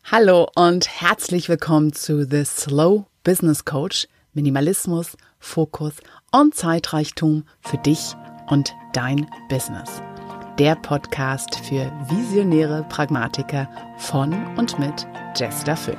Hallo und herzlich willkommen zu The Slow Business Coach. Minimalismus, Fokus und Zeitreichtum für dich und dein Business. Der Podcast für visionäre Pragmatiker von und mit Jester Phoenix.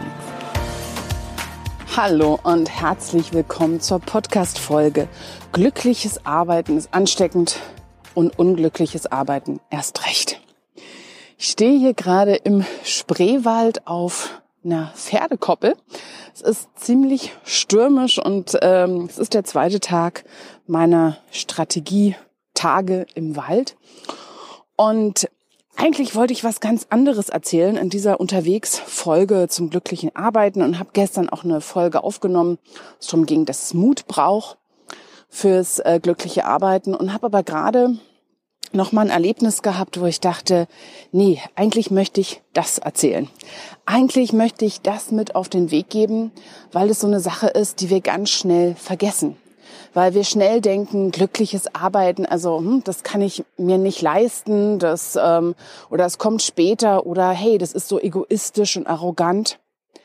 Hallo und herzlich willkommen zur Podcast-Folge. Glückliches Arbeiten ist ansteckend und unglückliches Arbeiten erst recht. Ich stehe hier gerade im Spreewald auf einer Pferdekoppel. Es ist ziemlich stürmisch und es ist der zweite Tag meiner Strategietage im Wald. Und eigentlich wollte ich was ganz anderes erzählen in dieser Unterwegs-Folge zum glücklichen Arbeiten und habe gestern auch eine Folge aufgenommen, wo es darum ging, dass es Mut braucht fürs glückliche Arbeiten und habe aber gerade noch mal ein Erlebnis gehabt, wo ich dachte, nee, eigentlich möchte ich das erzählen. Eigentlich möchte ich das mit auf den Weg geben, weil es so eine Sache ist, die wir ganz schnell vergessen. Weil wir schnell denken, glückliches Arbeiten, also das kann ich mir nicht leisten, oder es kommt später oder hey, das ist so egoistisch und arrogant.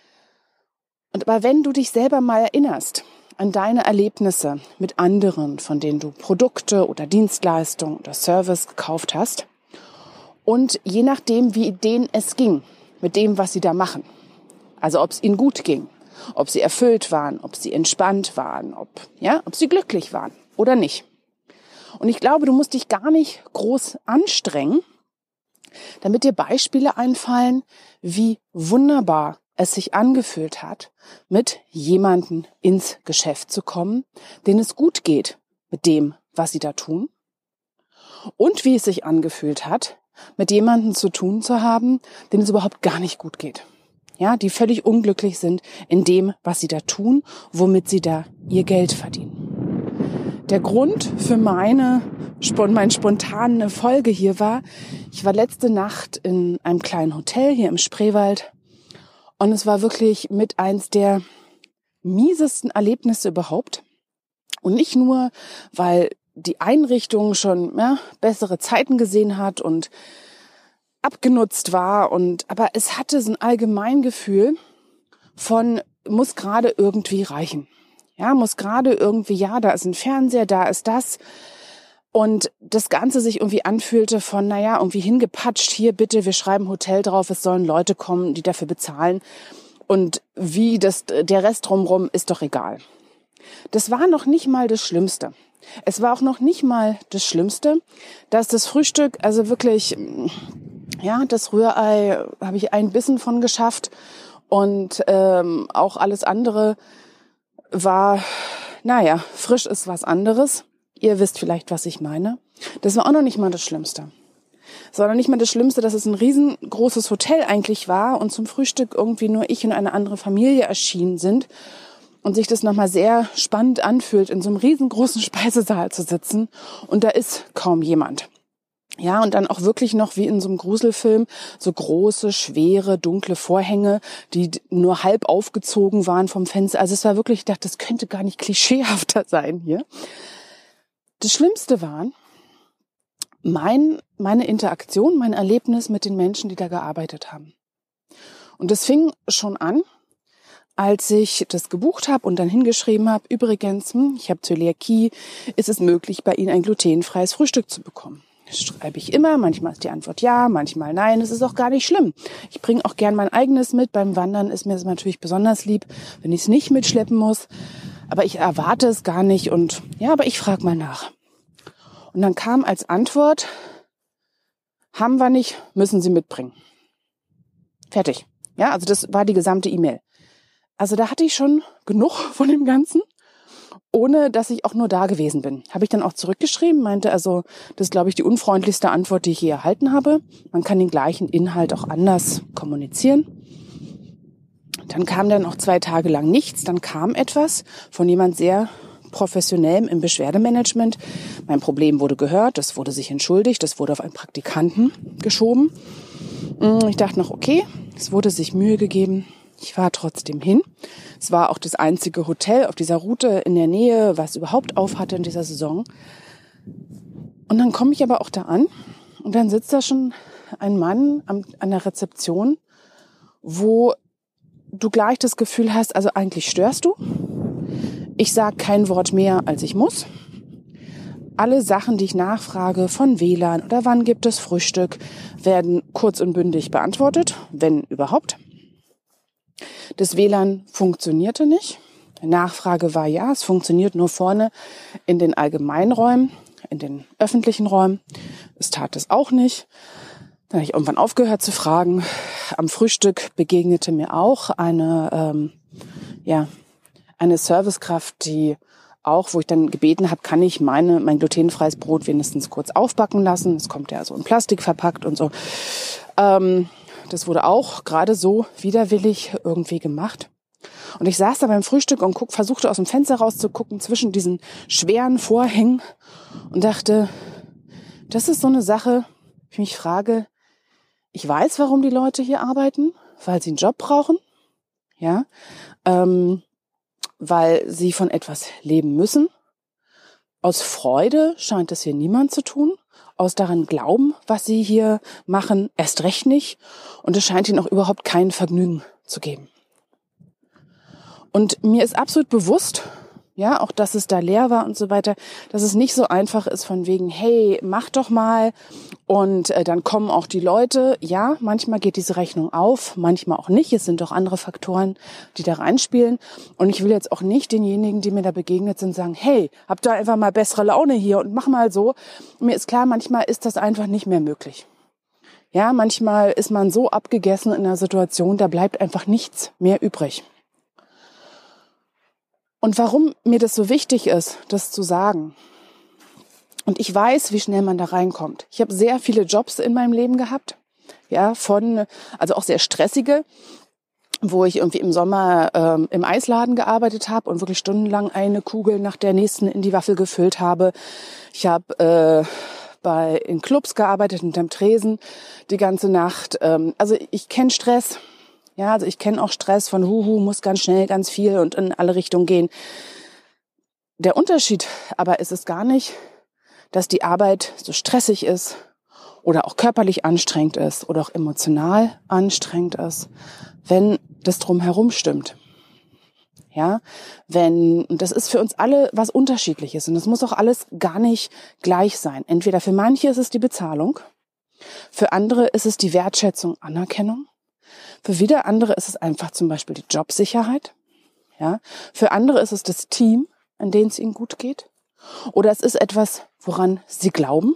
Aber wenn du dich selber mal erinnerst an deine Erlebnisse mit anderen, von denen du Produkte oder Dienstleistungen oder Service gekauft hast und je nachdem, wie denen es ging, mit dem, was sie da machen, also ob es ihnen gut ging, ob sie erfüllt waren, ob sie entspannt waren, ob sie glücklich waren oder nicht. Und ich glaube, du musst dich gar nicht groß anstrengen, damit dir Beispiele einfallen, wie wunderbar es sich angefühlt hat, mit jemandem ins Geschäft zu kommen, denen es gut geht mit dem, was sie da tun. Und wie es sich angefühlt hat, mit jemandem zu tun zu haben, denen es überhaupt gar nicht gut geht. Ja, die völlig unglücklich sind in dem, was sie da tun, womit sie da ihr Geld verdienen. Der Grund für meine spontane Folge hier war, ich war letzte Nacht in einem kleinen Hotel hier im Spreewald. Und es war wirklich mit eins der miesesten Erlebnisse überhaupt. Und nicht nur, weil die Einrichtung schon bessere Zeiten gesehen hat und abgenutzt war. Aber es hatte so ein Allgemeingefühl von, muss gerade irgendwie reichen. Ja, muss gerade irgendwie, da ist ein Fernseher, da ist das. Und das Ganze sich irgendwie anfühlte von, irgendwie hingepatscht, hier bitte, wir schreiben Hotel drauf, es sollen Leute kommen, die dafür bezahlen. Und der Rest drumherum ist doch egal. Das war noch nicht mal das Schlimmste. Es war auch noch nicht mal das Schlimmste, dass das Frühstück, also wirklich, das Rührei habe ich einen Bissen von geschafft und auch alles andere war, frisch ist was anderes. Ihr wisst vielleicht, was ich meine. Das war auch noch nicht mal das Schlimmste. Es war noch nicht mal das Schlimmste, dass es ein riesengroßes Hotel eigentlich war und zum Frühstück irgendwie nur ich und eine andere Familie erschienen sind und sich das nochmal sehr spannend anfühlt, in so einem riesengroßen Speisesaal zu sitzen und da ist kaum jemand. Ja, und dann auch wirklich noch wie in so einem Gruselfilm so große, schwere, dunkle Vorhänge, die nur halb aufgezogen waren vom Fenster. Also es war wirklich, ich dachte, das könnte gar nicht klischeehafter sein hier. Das Schlimmste war meine Interaktion, mein Erlebnis mit den Menschen, die da gearbeitet haben. Und das fing schon an, als ich das gebucht habe und dann hingeschrieben habe, übrigens, ich habe Zöliakie, ist es möglich, bei Ihnen ein glutenfreies Frühstück zu bekommen? Das schreibe ich immer, manchmal ist die Antwort ja, manchmal nein, es ist auch gar nicht schlimm. Ich bringe auch gern mein eigenes mit, beim Wandern ist mir das natürlich besonders lieb, wenn ich es nicht mitschleppen muss. Aber ich erwarte es gar nicht aber ich frage mal nach. Und dann kam als Antwort, haben wir nicht, müssen Sie mitbringen. Fertig. Ja, also das war die gesamte E-Mail. Also da hatte ich schon genug von dem Ganzen, ohne dass ich auch nur da gewesen bin. Habe ich dann auch zurückgeschrieben, meinte also, das ist, glaube ich, die unfreundlichste Antwort, die ich je erhalten habe. Man kann den gleichen Inhalt auch anders kommunizieren. Dann kam dann auch 2 Tage lang nichts. Dann kam etwas von jemand sehr professionellem im Beschwerdemanagement. Mein Problem wurde gehört, das wurde sich entschuldigt, das wurde auf einen Praktikanten geschoben. Ich dachte noch, okay, es wurde sich Mühe gegeben. Ich war trotzdem hin. Es war auch das einzige Hotel auf dieser Route in der Nähe, was überhaupt auf hatte in dieser Saison. Und dann komme ich aber auch da an und dann sitzt da schon ein Mann an der Rezeption wo du gleich das Gefühl hast, also eigentlich störst du. Ich sage kein Wort mehr, als ich muss. Alle Sachen, die ich nachfrage von WLAN oder wann gibt es Frühstück, werden kurz und bündig beantwortet, wenn überhaupt. Das WLAN funktionierte nicht. Die Nachfrage war ja, es funktioniert nur vorne in den allgemeinen Räumen, in den öffentlichen Räumen. Es tat es auch nicht. Dann habe ich irgendwann aufgehört zu fragen. Am Frühstück begegnete mir auch eine Servicekraft, die auch, wo ich dann gebeten habe, kann ich mein glutenfreies Brot wenigstens kurz aufbacken lassen. Es kommt ja so in Plastik verpackt und so. Das wurde auch gerade so widerwillig irgendwie gemacht. Und ich saß da beim Frühstück und versuchte aus dem Fenster rauszugucken zwischen diesen schweren Vorhängen und dachte, das ist so eine Sache, ich mich frage, ich weiß, warum die Leute hier arbeiten, weil sie einen Job brauchen, ja, weil sie von etwas leben müssen. Aus Freude scheint es hier niemand zu tun. Aus daran glauben, was sie hier machen, erst recht nicht. Und es scheint ihnen auch überhaupt kein Vergnügen zu geben. Und mir ist absolut bewusst, ja, auch dass es da leer war und so weiter, dass es nicht so einfach ist von wegen, hey, mach doch mal und dann kommen auch die Leute. Ja, manchmal geht diese Rechnung auf, manchmal auch nicht. Es sind auch andere Faktoren, die da reinspielen. Und ich will jetzt auch nicht denjenigen, die mir da begegnet sind, sagen, hey, hab da einfach mal bessere Laune hier und mach mal so. Mir ist klar, manchmal ist das einfach nicht mehr möglich. Ja, manchmal ist man so abgegessen in einer Situation, da bleibt einfach nichts mehr übrig. Und warum mir das so wichtig ist, das zu sagen. Und ich weiß, wie schnell man da reinkommt. Ich habe sehr viele Jobs in meinem Leben gehabt, ja, also auch sehr stressige, wo ich irgendwie im Sommer im Eisladen gearbeitet habe und wirklich stundenlang eine Kugel nach der nächsten in die Waffel gefüllt habe. Ich habe in Clubs gearbeitet, hinterm Tresen die ganze Nacht. Also ich kenne Stress. Ja, also ich kenne auch Stress von muss ganz schnell, ganz viel und in alle Richtungen gehen. Der Unterschied aber ist es gar nicht, dass die Arbeit so stressig ist oder auch körperlich anstrengend ist oder auch emotional anstrengend ist, wenn das Drumherum stimmt. Ja, und das ist für uns alle was Unterschiedliches und das muss auch alles gar nicht gleich sein. Entweder für manche ist es die Bezahlung, für andere ist es die Wertschätzung, Anerkennung. Für wieder andere ist es einfach zum Beispiel die Jobsicherheit. Ja, für andere ist es das Team, an dem es ihnen gut geht. Oder es ist etwas, woran sie glauben.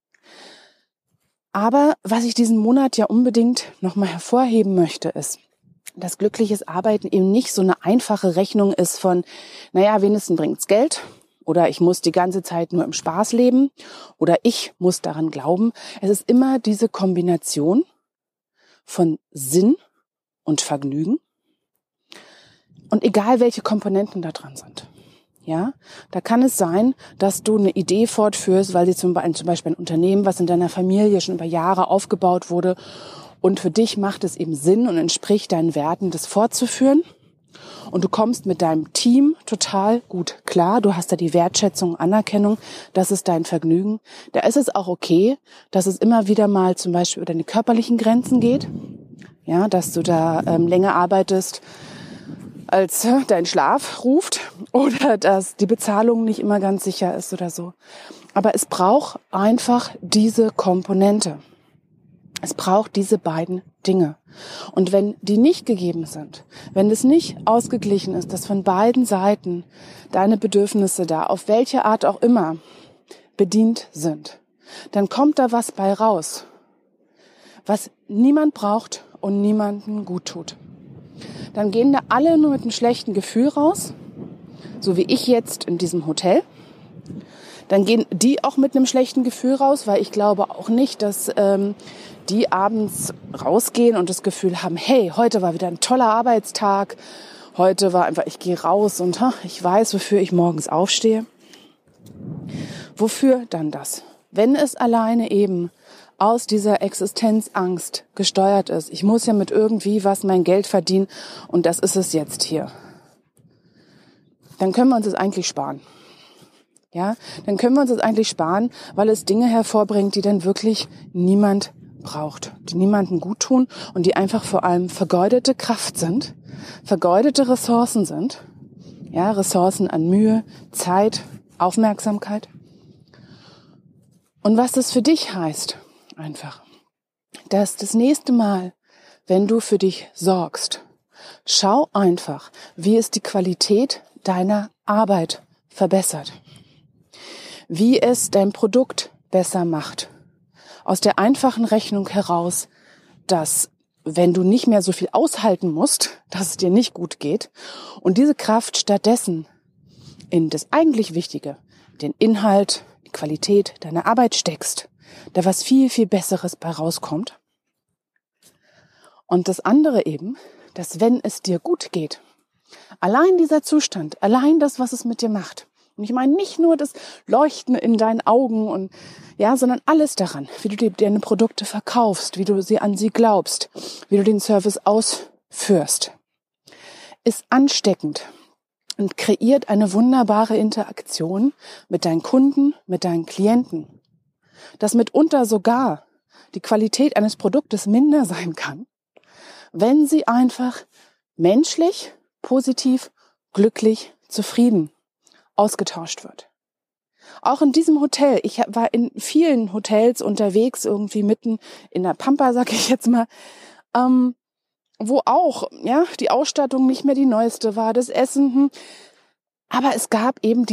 Aber was ich diesen Monat ja unbedingt nochmal hervorheben möchte, ist, dass glückliches Arbeiten eben nicht so eine einfache Rechnung ist von, wenigstens bringt's Geld. Oder ich muss die ganze Zeit nur im Spaß leben. Oder ich muss daran glauben. Es ist immer diese Kombination von Sinn und Vergnügen. Und egal, welche Komponenten da dran sind. Ja, da kann es sein, dass du eine Idee fortführst, weil sie zum Beispiel ein Unternehmen, was in deiner Familie schon über Jahre aufgebaut wurde und für dich macht es eben Sinn und entspricht deinen Werten, das fortzuführen. Und du kommst mit deinem Team total gut klar. Du hast da die Wertschätzung, Anerkennung. Das ist dein Vergnügen. Da ist es auch okay, dass es immer wieder mal zum Beispiel über deine körperlichen Grenzen geht. Ja, dass du da länger arbeitest, als dein Schlaf ruft oder dass die Bezahlung nicht immer ganz sicher ist oder so. Aber es braucht einfach diese Komponente. Es braucht diese beiden Dinge. Und wenn die nicht gegeben sind, wenn es nicht ausgeglichen ist, dass von beiden Seiten deine Bedürfnisse da, auf welche Art auch immer, bedient sind, dann kommt da was bei raus, was niemand braucht und niemanden gut tut. Dann gehen da alle nur mit einem schlechten Gefühl raus, so wie ich jetzt in diesem Hotel. Dann gehen die auch mit einem schlechten Gefühl raus, weil ich glaube auch nicht, dass die abends rausgehen und das Gefühl haben, hey, heute war wieder ein toller Arbeitstag, heute war einfach, ich gehe raus und ich weiß, wofür ich morgens aufstehe. Wofür dann das? Wenn es alleine eben aus dieser Existenzangst gesteuert ist. Ich muss ja mit irgendwie was mein Geld verdienen und das ist es jetzt hier. Dann können wir uns das eigentlich sparen. Ja, dann können wir uns das eigentlich sparen, weil es Dinge hervorbringt, die dann wirklich niemand braucht, die niemandem gut tun und die einfach vor allem vergeudete Kraft sind, vergeudete Ressourcen sind, ja, Ressourcen an Mühe, Zeit, Aufmerksamkeit. Und was das für dich heißt, einfach, dass das nächste Mal, wenn du für dich sorgst, schau einfach, wie es die Qualität deiner Arbeit verbessert, wie es dein Produkt besser macht. Aus der einfachen Rechnung heraus, dass wenn du nicht mehr so viel aushalten musst, dass es dir nicht gut geht und diese Kraft stattdessen in das eigentlich Wichtige, den Inhalt, die Qualität deiner Arbeit steckst, da was viel, viel Besseres bei rauskommt. Und das andere eben, dass wenn es dir gut geht, allein dieser Zustand, allein das, was es mit dir macht, und ich meine nicht nur das Leuchten in deinen Augen und ja, sondern alles daran, wie du deine Produkte verkaufst, wie du an sie glaubst, wie du den Service ausführst, ist ansteckend und kreiert eine wunderbare Interaktion mit deinen Kunden, mit deinen Klienten, dass mitunter sogar die Qualität eines Produktes minder sein kann, wenn sie einfach menschlich, positiv, glücklich, zufrieden ausgetauscht wird. Auch in diesem Hotel, ich war in vielen Hotels unterwegs, irgendwie mitten in der Pampa, sag ich jetzt mal, wo auch ja die Ausstattung nicht mehr die neueste war, das Essen, aber es gab eben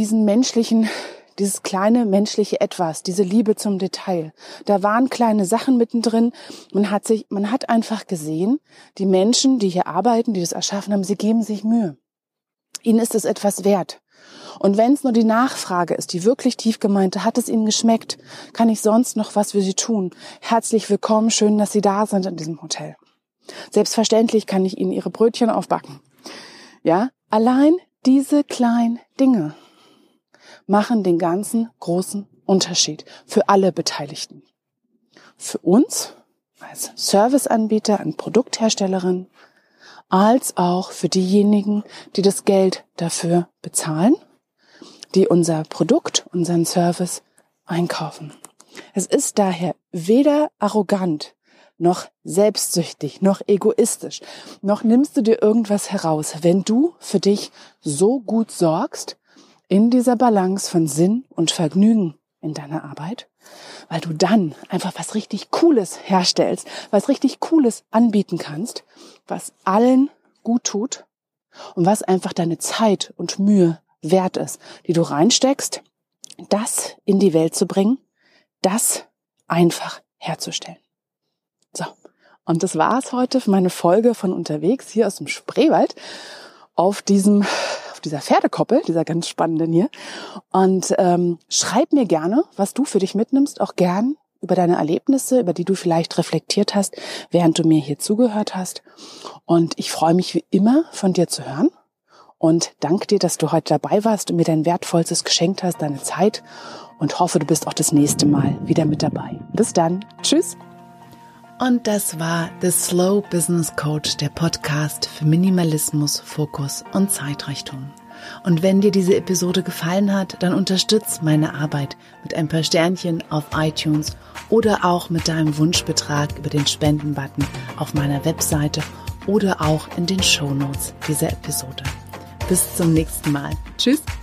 dieses kleine menschliche Etwas, diese Liebe zum Detail. Da waren kleine Sachen mittendrin. Man hat einfach gesehen, die Menschen, die hier arbeiten, die das erschaffen haben, sie geben sich Mühe. Ihnen ist es etwas wert. Und wenn es nur die Nachfrage ist, die wirklich tief gemeinte, hat es Ihnen geschmeckt? Kann ich sonst noch was für Sie tun? Herzlich willkommen, schön, dass Sie da sind in diesem Hotel. Selbstverständlich kann ich Ihnen Ihre Brötchen aufbacken. Ja, allein diese kleinen Dinge machen den ganzen großen Unterschied für alle Beteiligten. Für uns als Serviceanbieter und Produktherstellerin, als auch für diejenigen, die das Geld dafür bezahlen, die unser Produkt, unseren Service einkaufen. Es ist daher weder arrogant, noch selbstsüchtig, noch egoistisch, noch nimmst du dir irgendwas heraus, wenn du für dich so gut sorgst in dieser Balance von Sinn und Vergnügen in deiner Arbeit, weil du dann einfach was richtig Cooles herstellst, was richtig Cooles anbieten kannst, was allen gut tut und was einfach deine Zeit und Mühe wert ist, die du reinsteckst, das in die Welt zu bringen, das einfach herzustellen. So, und das war's heute für meine Folge von unterwegs hier aus dem Spreewald auf dieser Pferdekoppel, dieser ganz spannenden hier. Und schreib mir gerne, was du für dich mitnimmst, auch gern über deine Erlebnisse, über die du vielleicht reflektiert hast, während du mir hier zugehört hast. Und ich freue mich wie immer, von dir zu hören. Und danke dir, dass du heute dabei warst und mir dein Wertvollstes geschenkt hast, deine Zeit. Und hoffe, du bist auch das nächste Mal wieder mit dabei. Bis dann. Tschüss. Und das war The Slow Business Coach, der Podcast für Minimalismus, Fokus und Zeitrichtung. Und wenn dir diese Episode gefallen hat, dann unterstütz meine Arbeit mit ein paar Sternchen auf iTunes oder auch mit deinem Wunschbetrag über den Spenden-Button auf meiner Webseite oder auch in den Shownotes dieser Episode. Bis zum nächsten Mal. Tschüss.